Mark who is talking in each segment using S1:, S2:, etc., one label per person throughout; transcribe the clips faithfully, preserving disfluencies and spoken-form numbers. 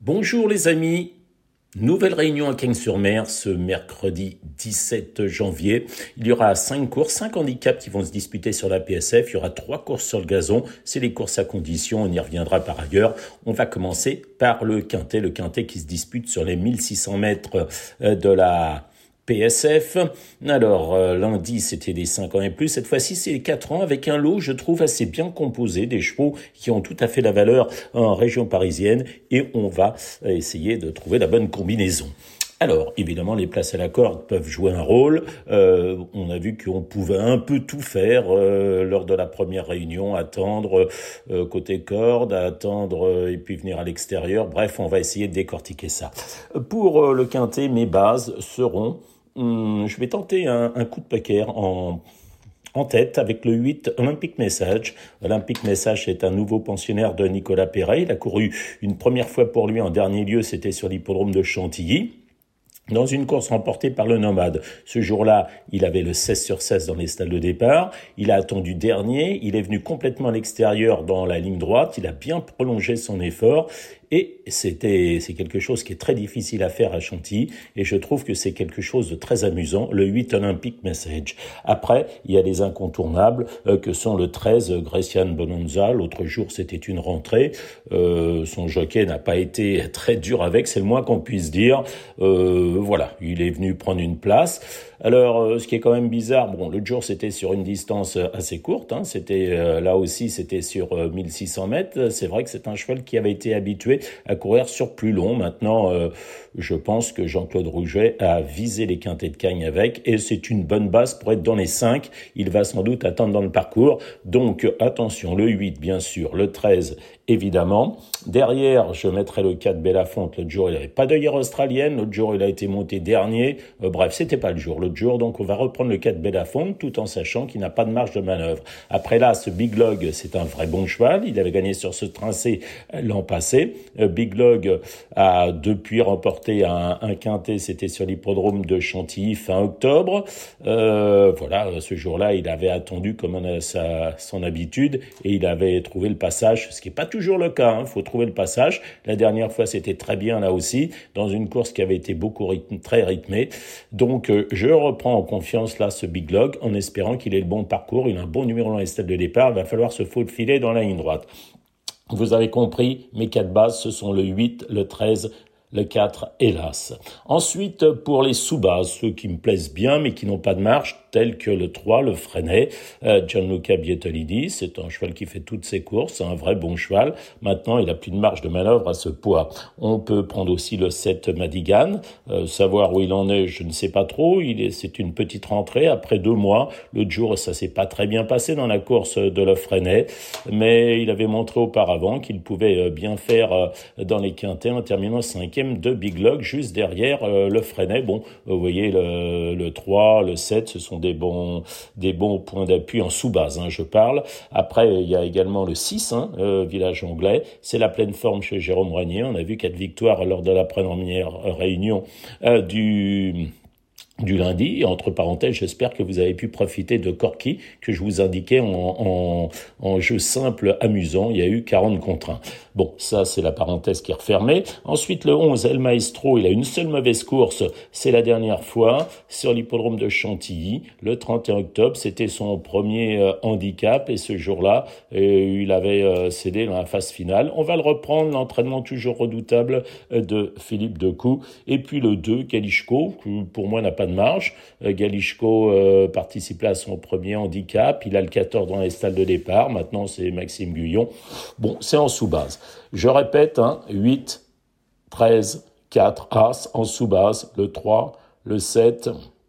S1: Bonjour les amis, nouvelle réunion à Cagnes-sur-Mer ce mercredi dix-sept janvier. Il y aura cinq courses, cinq handicaps qui vont se disputer sur la P S F. Il y aura trois courses sur le gazon, c'est les courses à condition, on y reviendra par ailleurs. On va commencer par le quintet, le quintet qui se dispute sur les mille six cents mètres de la P S F. Alors, euh, lundi, c'était des cinq ans et plus. Cette fois-ci, c'est les quatre ans avec un lot, je trouve, assez bien composé, des chevaux qui ont tout à fait la valeur en région parisienne. Et on va essayer de trouver la bonne combinaison. Alors, évidemment, les places à la corde peuvent jouer un rôle. Euh, on a vu qu'on pouvait un peu tout faire euh, lors de la première réunion, attendre euh, côté corde, attendre euh, et puis venir à l'extérieur. Bref, on va essayer de décortiquer ça. Pour euh, le quintet, mes bases seront... Hum, je vais tenter un, un coup de poker en... en tête avec le huit Olympic Message. Olympic Message est un nouveau pensionnaire de Nicolas Perret. Il a couru une première fois pour lui en dernier lieu, c'était sur l'hippodrome de Chantilly, dans une course remportée par le Nomade. Ce jour-là, il avait le seize sur seize dans les stalles de départ. Il a attendu dernier. Il est venu complètement à l'extérieur dans la ligne droite. Il a bien prolongé son effort. Et c'était, c'est quelque chose qui est très difficile à faire à Chantilly. Et je trouve que c'est quelque chose de très amusant, le huit Olympic Message. Après, il y a les incontournables euh, que sont le treize Grecian Bonanza. L'autre jour, c'était une rentrée. Euh, son jockey n'a pas été très dur avec, c'est le moins qu'on puisse dire. Euh, voilà, il est venu prendre une place. Alors, euh, ce qui est quand même bizarre, bon, l'autre jour, c'était sur une distance assez courte. Hein, c'était euh, là aussi, c'était sur euh, mille six cents mètres. C'est vrai que c'est un cheval qui avait été habitué à courir sur plus long. Maintenant, euh, je pense que Jean-Claude Rouget a visé les quintets de Cagnes avec, et c'est une bonne base pour être dans les cinq. Il va sans doute attendre dans le parcours. Donc, attention, le huit, bien sûr, le treize, évidemment. Derrière, je mettrai le quatre Bellafonte. L'autre jour, il n'avait pas d'œillère australienne. L'autre jour, il a été monté dernier. Euh, bref, c'était pas le jour. L'autre jour, donc on va reprendre le quatre Bellafonte tout en sachant qu'il n'a pas de marge de manœuvre. Après là, ce Big Log, c'est un vrai bon cheval. Il avait gagné sur ce tracé l'an passé. Euh, Big Log a depuis remporté un, un quintet, c'était sur l'hippodrome de Chantilly fin octobre. Euh, voilà, ce jour-là, il avait attendu comme on a sa, son habitude et il avait trouvé le passage, ce qui n'est pas toujours le cas. Il hein, faut trouver le passage. La dernière fois, c'était très bien là aussi, dans une course qui avait été beaucoup rythme, très rythmée. Donc, euh, je reprends en confiance là ce Big Log en espérant qu'il ait le bon parcours. Il a un bon numéro dans les stades de départ. Il va falloir se faufiler dans la ligne droite. Vous avez compris, mes quatre bases, ce sont le huit, le treize, le quatre, hélas. Ensuite, pour les sous-bases, ceux qui me plaisent bien mais qui n'ont pas de marge, tels que le trois, le Freinet, euh, Gianluca Bietolidi, c'est un cheval qui fait toutes ses courses, un vrai bon cheval. Maintenant, il a plus de marge de manœuvre à ce poids. On peut prendre aussi le sept Madigan, euh, savoir où il en est, je ne sais pas trop. Il est, c'est une petite rentrée après deux mois. L'autre jour, ça s'est pas très bien passé dans la course de le Freinet, mais il avait montré auparavant qu'il pouvait bien faire dans les quintets en terminant cinquième de Big Log, juste derrière euh, le Freinet. Bon, vous voyez, le, le trois, le sept, ce sont des bons, des bons points d'appui en sous-base, hein, je parle. Après, il y a également le six, hein, euh, Village Anglais. C'est la pleine forme chez Jérôme Régnier. On a vu quatre victoires lors de la première réunion euh, du... du lundi. Et entre parenthèses, j'espère que vous avez pu profiter de Corky, que je vous indiquais en, en, en jeu simple amusant. Il y a eu quarante contre un. Bon, ça, c'est la parenthèse qui est refermée. Ensuite, le onze, El Maestro, il a une seule mauvaise course. C'est la dernière fois sur l'hippodrome de Chantilly. Le trente et un octobre, c'était son premier euh, handicap. Et ce jour-là, euh, il avait euh, cédé dans la phase finale. On va le reprendre, l'entraînement toujours redoutable euh, de Philippe Decou. Et puis le deux, Galichko, qui pour moi n'a pas de marge. Euh, Galichko euh, participe là à son premier handicap. Il a le quatorze dans les stalles de départ. Maintenant, c'est Maxime Guyon. Bon, c'est en sous-base. Je répète, hein, huit, treize, quatre, As en sous-base, le trois, le sept,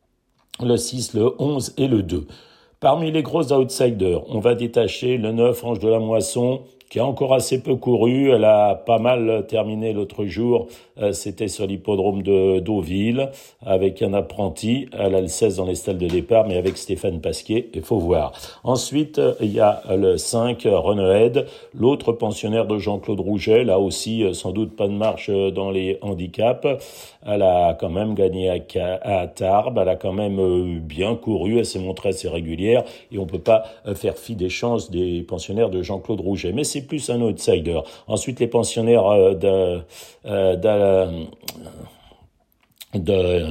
S1: le six, le onze et le deux. Parmi les gros outsiders, on va détacher le neuf, Ange de la Moisson, qui a encore assez peu couru. Elle a pas mal terminé l'autre jour. Euh, c'était sur l'hippodrome de Deauville avec un apprenti. Elle a le seize dans les stalles de départ, mais avec Stéphane Pasquier, il faut voir. Ensuite, il y a le cinq, Renaued, l'autre pensionnaire de Jean-Claude Rouget. Là aussi, sans doute pas de marche dans les handicaps. Elle a quand même gagné à, à Tarbes. Elle a quand même bien couru. Elle s'est montrée assez régulière. Et on peut pas faire fi des chances des pensionnaires de Jean-Claude Rouget. Mais c'est plus un outsider. Ensuite, les pensionnaires euh, de, euh, de, de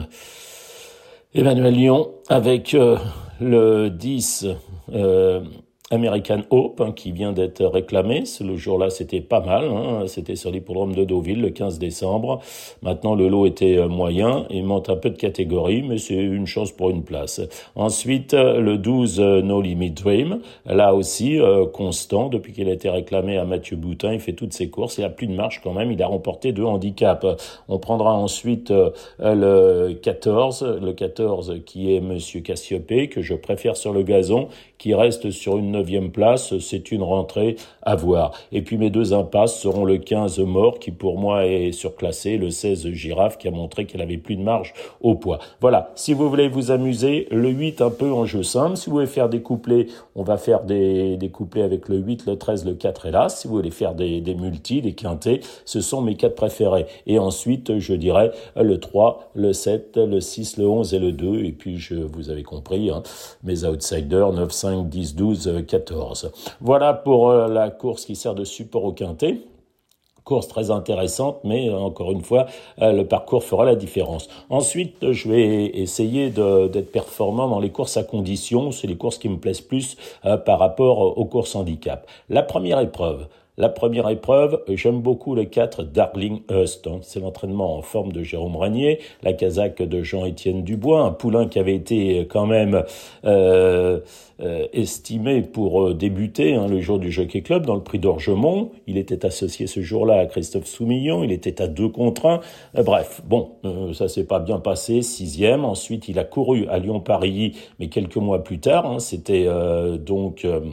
S1: Emmanuel Lyon avec euh, le dix euh, American Hope, hein, qui vient d'être réclamé. Le jour-là, c'était pas mal. Hein. C'était sur l'hippodrome de Deauville, le quinze décembre. Maintenant, le lot était moyen. Il monte un peu de catégorie, mais c'est une chance pour une place. Ensuite, le douze No Limit Dream. Là aussi, euh, constant. Depuis qu'il a été réclamé à Mathieu Boutin, il fait toutes ses courses. Il a plus de marche quand même. Il a remporté deux handicaps. On prendra ensuite euh, le quatorze. Le quatorze qui est Monsieur Cassiopée, que je préfère sur le gazon, qui reste sur une neuvième place, c'est une rentrée à voir. Et puis mes deux impasses seront le quinze Mort, qui pour moi est surclassé, le seize Girafe, qui a montré qu'elle avait plus de marge au poids. Voilà, si vous voulez vous amuser, le huit un peu en jeu simple. Si vous voulez faire des couplets, on va faire des, des couplets avec le huit, le treize, le quatre et l'As. Si vous voulez faire des, des multis, des quintés, ce sont mes quatre préférés. Et ensuite, je dirais le trois, le sept, le six, le onze et le deux. Et puis, je, vous avez compris, hein, mes outsiders, neuf, cinq, dix, douze, quatorze. Voilà pour euh, la course qui sert de support au quintet. Course très intéressante, mais euh, encore une fois, euh, le parcours fera la différence. Ensuite, je vais essayer de, d'être performant dans les courses à condition. C'est les courses qui me plaisent plus euh, par rapport aux courses handicap. La première épreuve. La première épreuve, j'aime beaucoup le quatre Darling Hust. Hein. C'est l'entraînement en forme de Jérôme Régnier, la casaque de Jean-Étienne Dubois, un poulain qui avait été quand même euh, euh, estimé pour euh, débuter hein, le jour du Jockey Club dans le prix d'Orgemont. Il était associé ce jour-là à Christophe Soumillon, il était à deux contre un. Euh, bref, bon, euh, ça s'est pas bien passé, sixième. Ensuite, il a couru à Lyon-Paris, mais quelques mois plus tard. Hein, c'était euh, donc... Euh,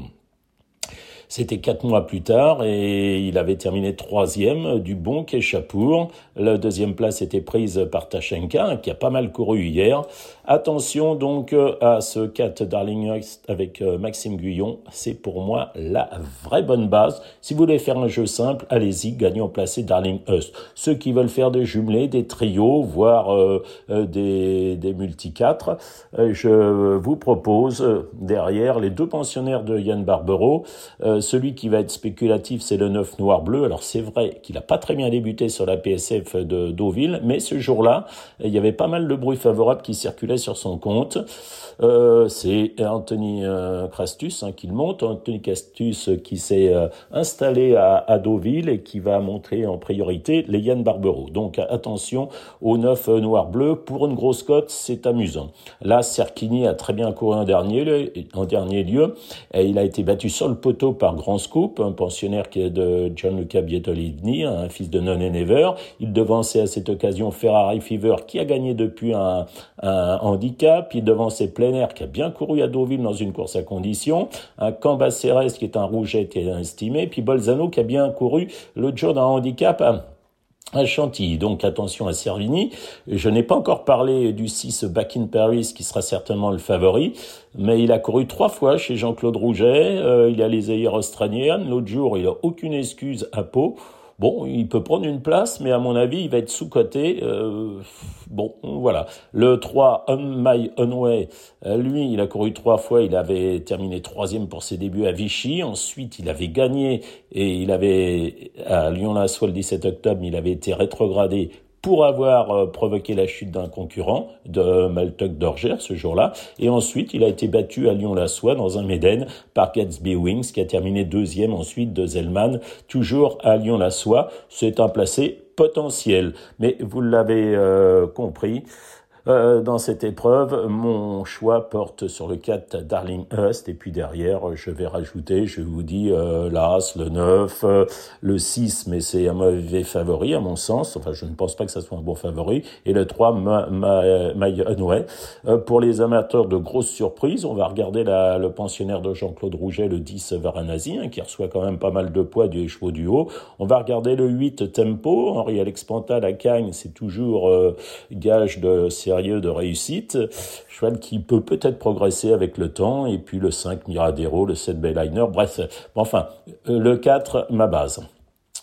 S1: C'était quatre mois plus tard et il avait terminé troisième du bon Quai Chapour. La deuxième place était prise par Tachenka, qui a pas mal couru hier. Attention donc à ce quatre Darling Hust avec Maxime Guyon. C'est pour moi la vraie bonne base. Si vous voulez faire un jeu simple, allez-y, gagnant placé Darling Hust. Ceux qui veulent faire des jumelés, des trios, voire euh, euh, des, des multi-quatre, euh, je vous propose euh, derrière les deux pensionnaires de Yann Barbero. Euh, Celui qui va être spéculatif, c'est le neuf Noir-Bleu. Alors c'est vrai qu'il n'a pas très bien débuté sur la P S F de Deauville, mais ce jour-là, il y avait pas mal de bruit favorable qui circulait sur son compte. Euh, c'est Anthony euh, Crastus hein, qui le monte. Anthony Crastus qui s'est euh, installé à, à Deauville et qui va montrer en priorité les Yann Barbero. Donc attention au neuf euh, Noir-Bleu. Pour une grosse cote, c'est amusant. Là, Cerchini a très bien couru en dernier, lieu, en dernier lieu. Et il a été battu sur le poteau par Grand Scoop, un pensionnaire qui est de Gianluca Bietolini, un fils de None and Never. Il devançait à cette occasion Ferrari Fever qui a gagné depuis un, un handicap. Il devançait Plein Air qui a bien couru à Deauville dans une course à condition. Un Cambaceres qui est un rouget qui est estimé. Puis Bolzano qui a bien couru l'autre jour d'un handicap à à Chantilly. Donc attention à Servini. Je n'ai pas encore parlé du six Back in Paris qui sera certainement le favori, mais il a couru trois fois chez Jean-Claude Rouget. Euh, il a les œillères australiennes. L'autre jour, il a aucune excuse à Pau. Bon, il peut prendre une place, mais à mon avis, il va être sous-coté. Euh, bon, voilà. Le trois, On My Own Way, lui, il a couru trois fois. Il avait terminé troisième pour ses débuts à Vichy. Ensuite, il avait gagné et il avait, à Lyon-la-Soie le dix-sept octobre, il avait été rétrogradé pour avoir euh, provoqué la chute d'un concurrent de Maltoc d'Orgère ce jour-là. Et ensuite, il a été battu à Lyon-la-Soie dans un Médène par Gatsby Wings, qui a terminé deuxième ensuite de Zellman, toujours à Lyon-la-Soie. C'est un placé potentiel. Mais vous l'avez euh, compris, Euh, dans cette épreuve, mon choix porte sur le quatre Darling Hust et puis derrière, je vais rajouter, je vous dis, euh, l'As, le neuf, euh, le six, mais c'est un mauvais favori à mon sens, enfin je ne pense pas que ça soit un bon favori, et le trois, Ma, Ma, Ma, Anouet. Euh, pour les amateurs de grosses surprises, on va regarder la, le pensionnaire de Jean-Claude Rouget, le dix Varanasi, hein, qui reçoit quand même pas mal de poids du chevaux du haut. On va regarder le huit Tempo, Henri-Alex Pantal à Cagnes, c'est toujours euh, gage de sérieux de réussite, cheval qui peut peut-être progresser avec le temps, et puis le cinq Miradero, le sept Bayliner, bref, bon, enfin, le quatre, ma base.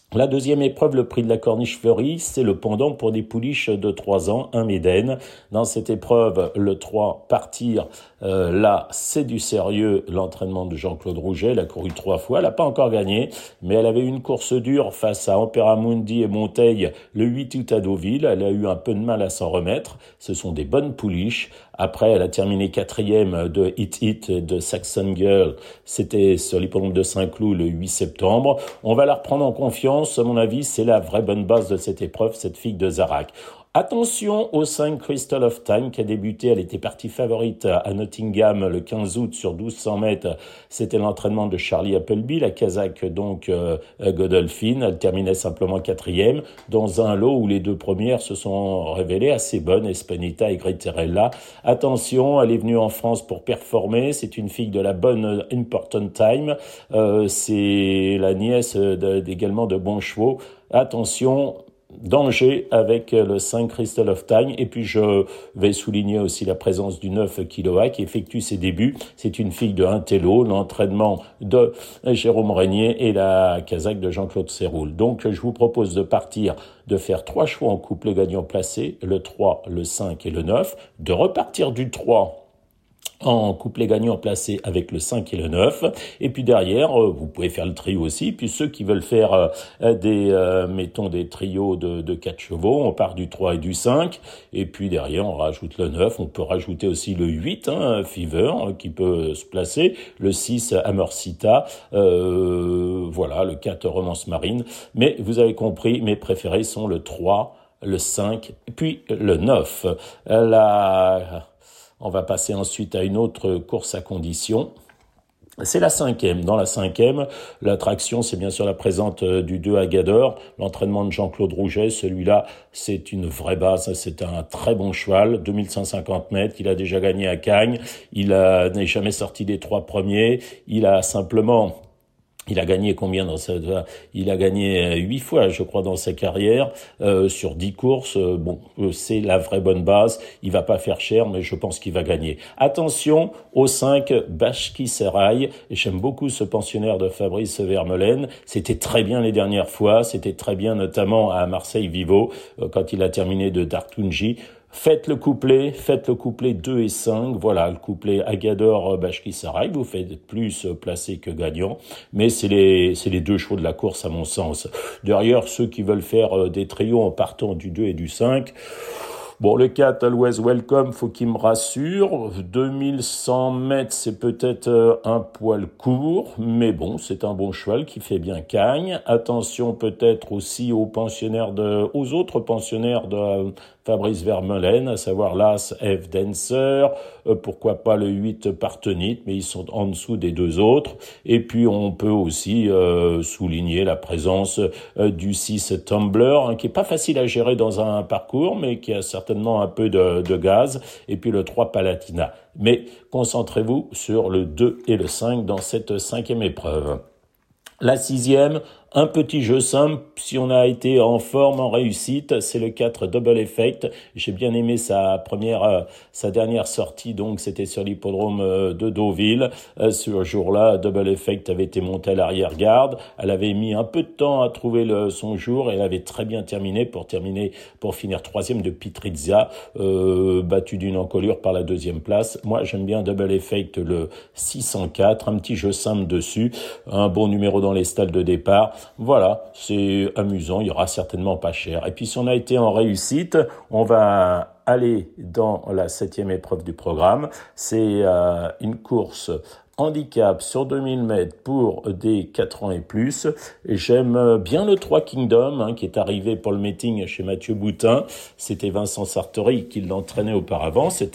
S1: La deuxième épreuve, le prix de la Corniche fleurie, c'est le pendant pour des pouliches de trois ans, un Médène. Dans cette épreuve, le trois, partir, euh, là, c'est du sérieux, l'entraînement de Jean-Claude Rouget. Elle a couru trois fois, elle n'a pas encore gagné, mais elle avait une course dure face à Ampera Mundi et Monteil, le huit août à Deauville. Elle a eu un peu de mal à s'en remettre. Ce sont des bonnes pouliches. Après, elle a terminé quatrième de Hit Hit de Saxon Girl. C'était sur l'hippodrome de Saint-Cloud le huit septembre. On va la reprendre en confiance. À mon avis, c'est la vraie bonne base de cette épreuve, cette fille de Zarak. Attention au cinq Crystal of Time qui a débuté. Elle était partie favorite à Nottingham le quinze août sur douze cents mètres. C'était l'entraînement de Charlie Appleby, la Kazakh donc euh, Godolphin. Elle terminait simplement quatrième dans un lot où les deux premières se sont révélées assez bonnes, Espanita et Gritterella. Attention, elle est venue en France pour performer. C'est une fille de la bonne Important Time. Euh, c'est la nièce de, également de bons chevaux. Attention, danger avec le cinq Crystal of Time. Et puis je vais souligner aussi la présence du neuf Kiloa qui effectue ses débuts. C'est une fille de Intello, l'entraînement de Jérôme Régnier et la Kazakh de Jean-Claude Serroul. Donc je vous propose de partir, de faire trois choix en couplet gagnant placé, le trois, le cinq et le neuf, de repartir du trois en couplet gagnant placé avec le cinq et le neuf, et puis derrière vous pouvez faire le trio aussi. Puis ceux qui veulent faire euh, des euh, mettons des trios de, de quatre chevaux, on part du trois et du cinq, et puis derrière on rajoute le neuf. On peut rajouter aussi le huit, hein, Fever, hein, qui peut se placer, le six Amorcita, euh, voilà, le quatre Romance Marine. Mais vous avez compris, mes préférés sont le trois, le cinq, puis le neuf. La On va passer ensuite à une autre course à condition. C'est la cinquième. Dans la cinquième, l'attraction, c'est bien sûr la présente du deux Agador, l'entraînement de Jean-Claude Rouget. Celui-là, c'est une vraie base. C'est un très bon cheval, deux mille cent cinquante mètres. Il a déjà gagné à Cagnes. Il a, n'est jamais sorti des trois premiers. Il a simplement... Il a gagné combien dans sa... Il a gagné huit fois, je crois, dans sa carrière, euh, sur dix courses. Euh, bon, euh, c'est la vraie bonne base. Il va pas faire cher, mais je pense qu'il va gagner. Attention au cinq, Bashki Serai. J'aime beaucoup ce pensionnaire de Fabrice Vermeulen. C'était très bien les dernières fois. C'était très bien, notamment à Marseille Vivo, euh, quand il a terminé de Dartunji. Faites le couplet, faites le couplet deux et cinq, voilà, le couplet Agador Bashki Sarai, vous faites plus placé que gagnant, mais c'est les, c'est les deux chevaux de la course à mon sens. Derrière, ceux qui veulent faire des trios en partant du deux et du cinq, bon, le quatre, Always Welcome, faut qu'il me rassure. deux mille cent mètres, c'est peut-être un poil court, mais bon, c'est un bon cheval qui fait bien Cagnes. Attention peut-être aussi aux pensionnaires de, aux autres pensionnaires de Fabrice Vermeulen, à savoir l'As F Dancer, euh, pourquoi pas le huit Partenit, mais ils sont en dessous des deux autres. Et puis on peut aussi euh, souligner la présence euh, du six Tumbler, hein, qui est pas facile à gérer dans un parcours, mais qui a certainement un peu de, de gaz. Et puis le trois Palatina. Mais concentrez-vous sur le deux et le cinq dans cette cinquième épreuve. La sixième, un petit jeu simple, si on a été en forme, en réussite, c'est le quatre Double Effect. J'ai bien aimé sa première, euh, sa dernière sortie, donc c'était sur l'hippodrome euh, de Deauville. Euh, ce jour-là, Double Effect avait été montée à l'arrière-garde. Elle avait mis un peu de temps à trouver le, son jour et elle avait très bien terminé pour terminer, pour finir troisième de Pitrizia, euh, battue d'une encolure par la deuxième place. Moi, j'aime bien Double Effect, le six cent quatre, un petit jeu simple dessus, un bon numéro dans les stalles de départ. Voilà, c'est amusant, il y aura certainement pas cher. Et puis si on a été en réussite, on va aller dans la septième épreuve du programme. C'est euh, une course handicap sur deux mille mètres pour des quatre ans et plus. Et j'aime bien le trois Kingdom, hein, qui est arrivé pour le meeting chez Mathieu Boutin. C'était Vincent Sartori qui l'entraînait auparavant. Cet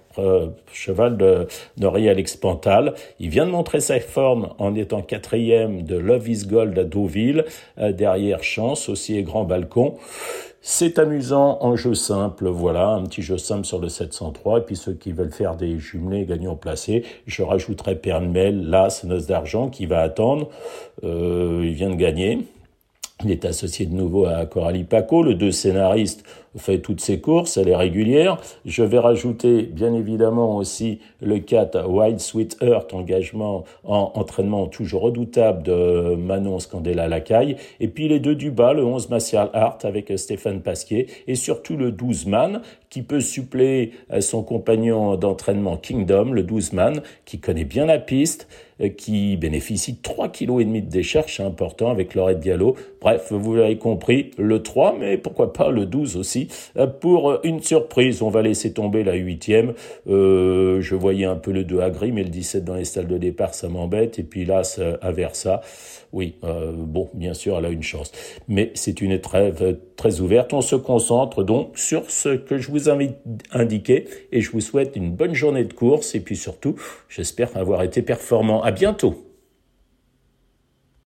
S1: ex-cheval de, de Réal Expantal. Il vient de montrer sa forme en étant quatrième de Love is Gold à Deauville. Euh, derrière Chance, aussi et Grand Balcon. C'est amusant en jeu simple, voilà, un petit jeu simple sur le sept cent trois. Et puis ceux qui veulent faire des jumelés gagnants placés, je rajouterai Pernmel, Las, Noce d'Argent, qui va attendre. Euh, il vient de gagner. Il est associé de nouveau à Coralie Paco. Le deux scénariste fait toutes ses courses, elle est régulière. Je vais rajouter bien évidemment aussi le quatre Wild Sweet Heart, engagement en entraînement toujours redoutable de Manon Scandella Lacaille. Et puis les deux du bas, le onze Martial Art avec Stéphane Pasquier. Et surtout le douze Man qui peut suppléer son compagnon d'entraînement Kingdom, le douze Man, qui connaît bien la piste, qui bénéficie de trois virgule cinq kilos de décharge, c'est important, avec Laurette Diallo. Bref, vous l'avez compris, le trois, mais pourquoi pas le douze aussi, pour une surprise. On va laisser tomber la huitième. Euh, je voyais un peu le deux Agri, mais le dix-sept dans les stalles de départ, ça m'embête. Et puis là, Aversa, oui, euh, bon, bien sûr, elle a une chance. Mais c'est une épreuve très ouverte. On se concentre donc sur ce que je vous ai indiqué et je vous souhaite une bonne journée de course et puis surtout, j'espère avoir été performant. À bientôt.